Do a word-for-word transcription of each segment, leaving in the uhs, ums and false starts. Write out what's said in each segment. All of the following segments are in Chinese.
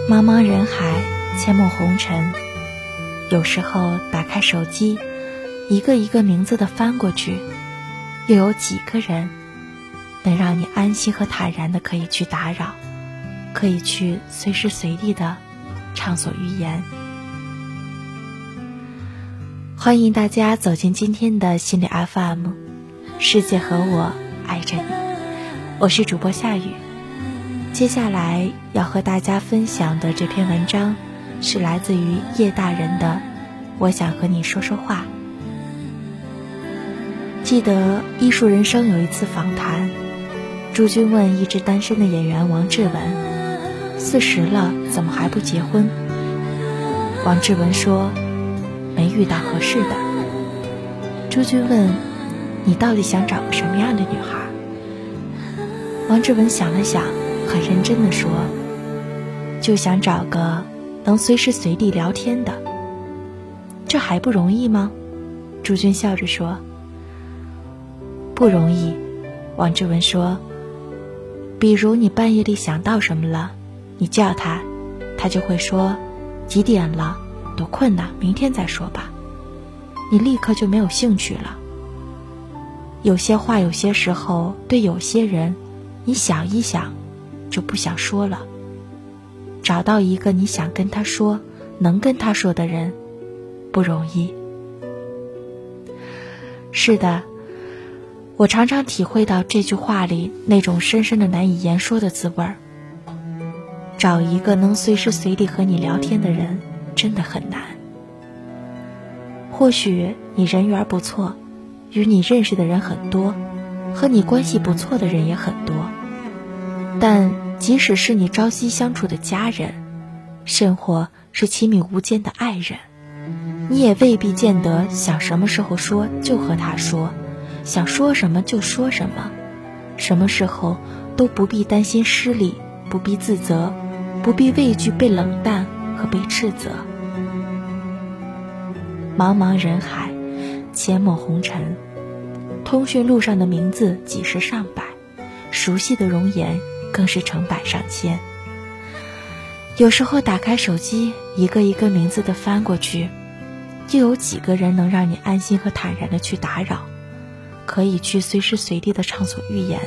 茫茫人海，阡陌红尘，有时候打开手机，一个一个名字的翻过去，又有几个人能让你安心和坦然的可以去打扰，可以去随时随地的畅所欲言。欢迎大家走进今天的心理 F M， 世界和我爱着你，我是主播夏雨。接下来要和大家分享的这篇文章是来自于叶大人的《我想和你说说话》。记得艺术人生有一次访谈，朱军问一直单身的演员王志文，四十了怎么还不结婚？王志文说，没遇到合适的。朱军问，你到底想找个什么样的女孩？王志文想了想，很认真地说，就想找个能随时随地聊天的。这还不容易吗？朱军笑着说。不容易，王志文说，比如你半夜里想到什么了，你叫他，他就会说几点了，多困难，明天再说吧。你立刻就没有兴趣了。有些话有些时候对有些人，你想一想就不想说了。找到一个你想跟他说能跟他说的人不容易。是的，我常常体会到这句话里那种深深的难以言说的滋味儿。找一个能随时随地和你聊天的人真的很难。或许你人缘不错，与你认识的人很多，和你关系不错的人也很多，但即使是你朝夕相处的家人，甚或是亲密无间的爱人，你也未必见得想什么时候说就和他说，想说什么就说什么，什么时候都不必担心失礼，不必自责，不必畏惧被冷淡和被斥责。茫茫人海，阡陌红尘，通讯录上的名字几十上百，熟悉的容颜更是成百上千。有时候打开手机，一个一个名字的翻过去，又有几个人能让你安心和坦然的去打扰，可以去随时随地的畅所欲言。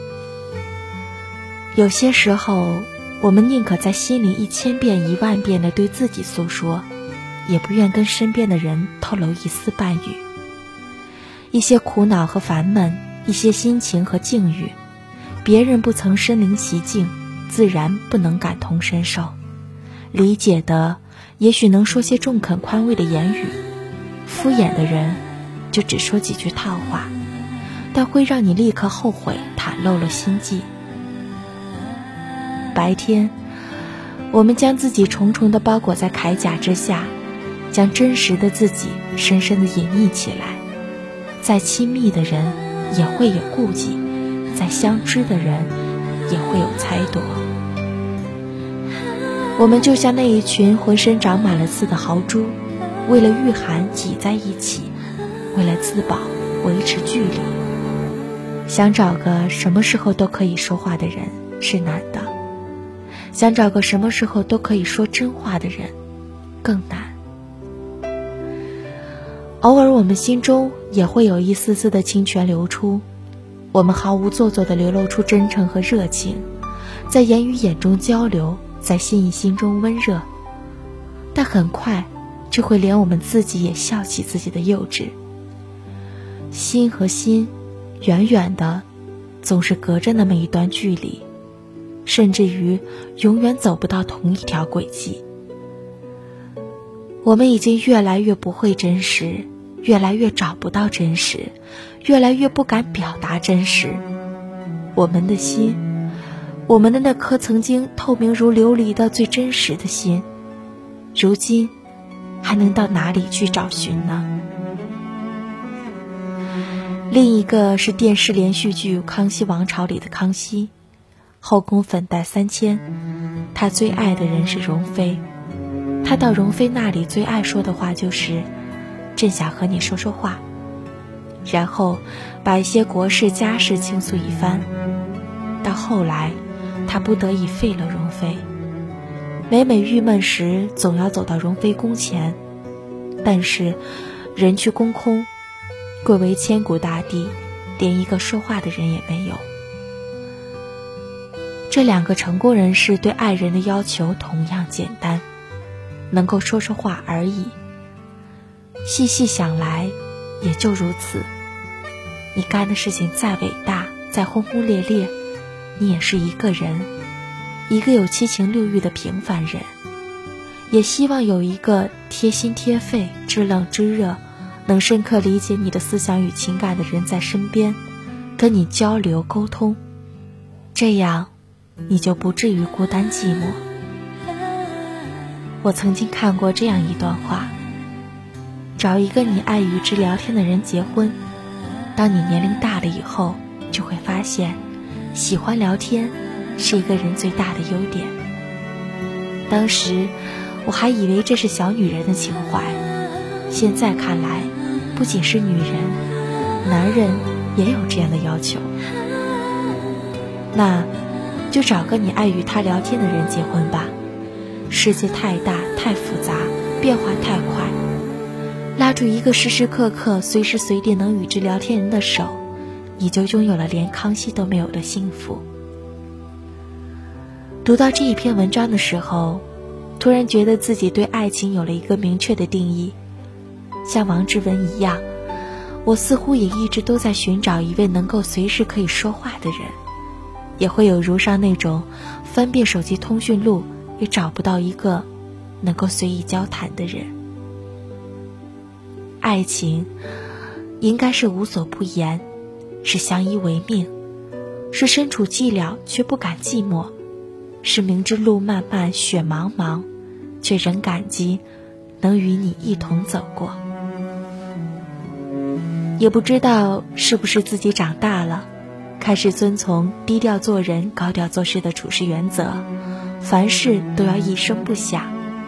有些时候，我们宁可在心里一千遍一万遍的对自己诉说，也不愿跟身边的人透露一丝半语。一些苦恼和烦闷，一些心情和境遇，别人不曾身临其境，自然不能感同身受。理解的也许能说些中肯宽慰的言语，敷衍的人就只说几句套话，但会让你立刻后悔袒露了心迹。白天，我们将自己重重地包裹在铠甲之下，将真实的自己深深地隐匿起来。再亲密的人也会有顾忌，再相知的人也会有猜躲。我们就像那一群浑身长满了刺的豪猪，为了御寒挤在一起，为了自保维持距离。想找个什么时候都可以说话的人是难的，想找个什么时候都可以说真话的人更难。偶尔我们心中也会有一丝丝的清泉流出，我们毫无做作地流露出真诚和热情，在言语眼中交流，在心意心中温热，但很快就会连我们自己也笑起自己的幼稚。心和心远远的总是隔着那么一段距离，甚至于永远走不到同一条轨迹。我们已经越来越不会真实，越来越找不到真实，越来越不敢表达真实。我们的心，我们的那颗曾经透明如琉璃的最真实的心，如今还能到哪里去找寻呢？另一个是电视连续剧《康熙王朝》里的康熙，后宫粉黛三千，他最爱的人是容妃。他到容妃那里最爱说的话就是朕想和你说说话，然后把一些国事家事倾诉一番。到后来他不得已废了容妃， 每每郁闷时，总要走到容妃宫前，但是人去宫空，贵为千古大帝，连一个说话的人也没有。这两个成功人士对爱人的要求同样简单，能够说说话而已。细细想来，也就如此。你干的事情再伟大，再轰轰烈烈，你也是一个人，一个有七情六欲的平凡人。也希望有一个贴心贴肺、知冷知热，能深刻理解你的思想与情感的人在身边，跟你交流沟通，这样你就不至于孤单寂寞。我曾经看过这样一段话：找一个你爱与之聊天的人结婚，当你年龄大了以后，就会发现喜欢聊天是一个人最大的优点。当时我还以为这是小女人的情怀，现在看来，不仅是女人，男人也有这样的要求。那就找个你爱与他聊天的人结婚吧。世界太大太复杂，变化太快，拉住一个时时刻刻随时随地能与之聊天人的手，你就拥有了连康熙都没有的幸福。读到这一篇文章的时候，突然觉得自己对爱情有了一个明确的定义。像王志文一样，我似乎也一直都在寻找一位能够随时可以说话的人，也会有如上那种翻遍手机通讯录也找不到一个能够随意交谈的人。爱情应该是无所不言，是相依为命，是身处寂寥却不敢寂寞，是明知路漫漫雪茫茫，却仍感激能与你一同走过。也不知道是不是自己长大了，开始遵从低调做人高调做事的处事原则，凡事都要一声不响。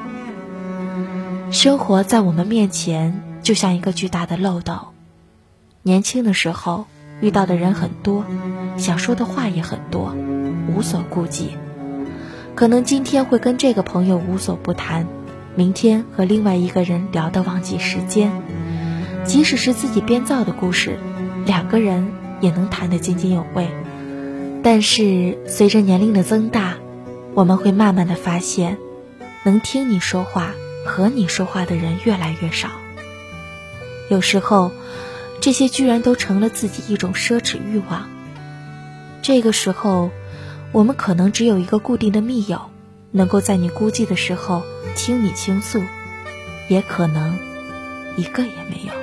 生活在我们面前就像一个巨大的漏斗，年轻的时候遇到的人很多，想说的话也很多，无所顾忌。可能今天会跟这个朋友无所不谈，明天和另外一个人聊得忘记时间。即使是自己编造的故事，两个人也能谈得津津有味。但是随着年龄的增大，我们会慢慢的发现，能听你说话和你说话的人越来越少。有时候这些居然都成了自己一种奢侈欲望。这个时候我们可能只有一个固定的密友，能够在你孤寂的时候听你倾诉，也可能一个也没有。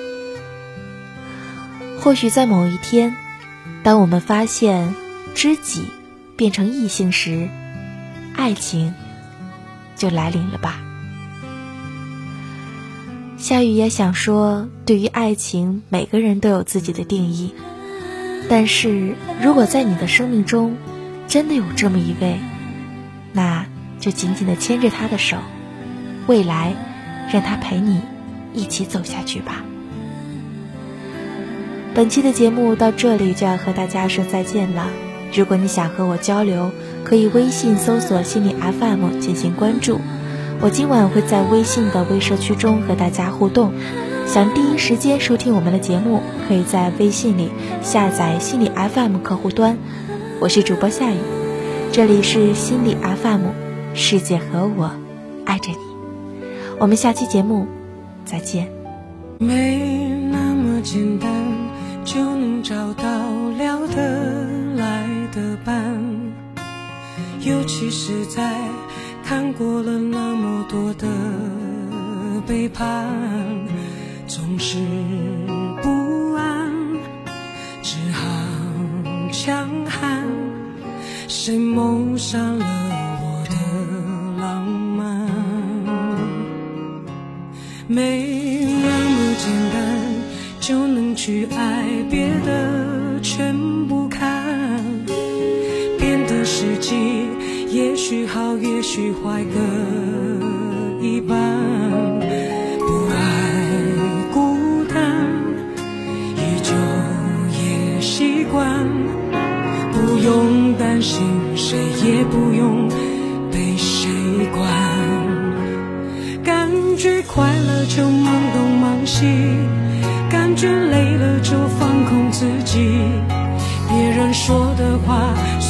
或许在某一天，当我们发现知己变成异性时，爱情就来临了吧。夏雨也想说，对于爱情，每个人都有自己的定义。但是如果在你的生命中真的有这么一位，那就紧紧地牵着他的手，未来让他陪你一起走下去吧。本期的节目到这里就要和大家说再见了。如果你想和我交流，可以微信搜索心理 F M 进行关注，我今晚会在微信的微社区中和大家互动。想第一时间收听我们的节目，可以在微信里下载心理 F M 客户端。我是主播夏雨，这里是心理 F M， 世界和我爱着你。我们下期节目再见。 没那么简单就能找到聊得来的伴，尤其是在看过了那么多的背叛，总是不安，只好强悍，谁谋杀了我的浪漫？没那么简单就能去爱，别的全不看，变得实际，也许好也许坏各一半，不爱孤单依旧也习惯，不用担心谁也不用被谁管。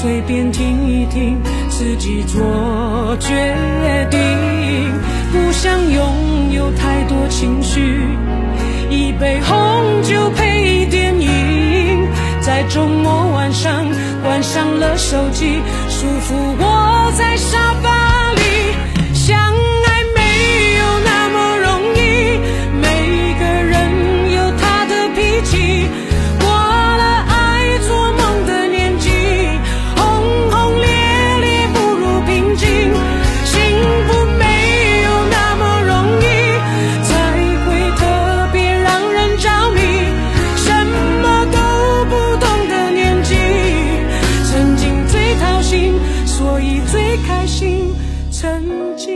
随便听一听，自己做决定。不想拥有太多情绪，一杯红酒配电影，在周末晚上关上了手机，舒服窝在沙发里。相爱没有那么容易，每个人有他的脾气，过了爱做梦的年纪，轰轰烈烈不如平静。幸福没有那么容易，才会特别让人着迷。什么都不懂的年纪，曾经最掏心，所以最开心。曾经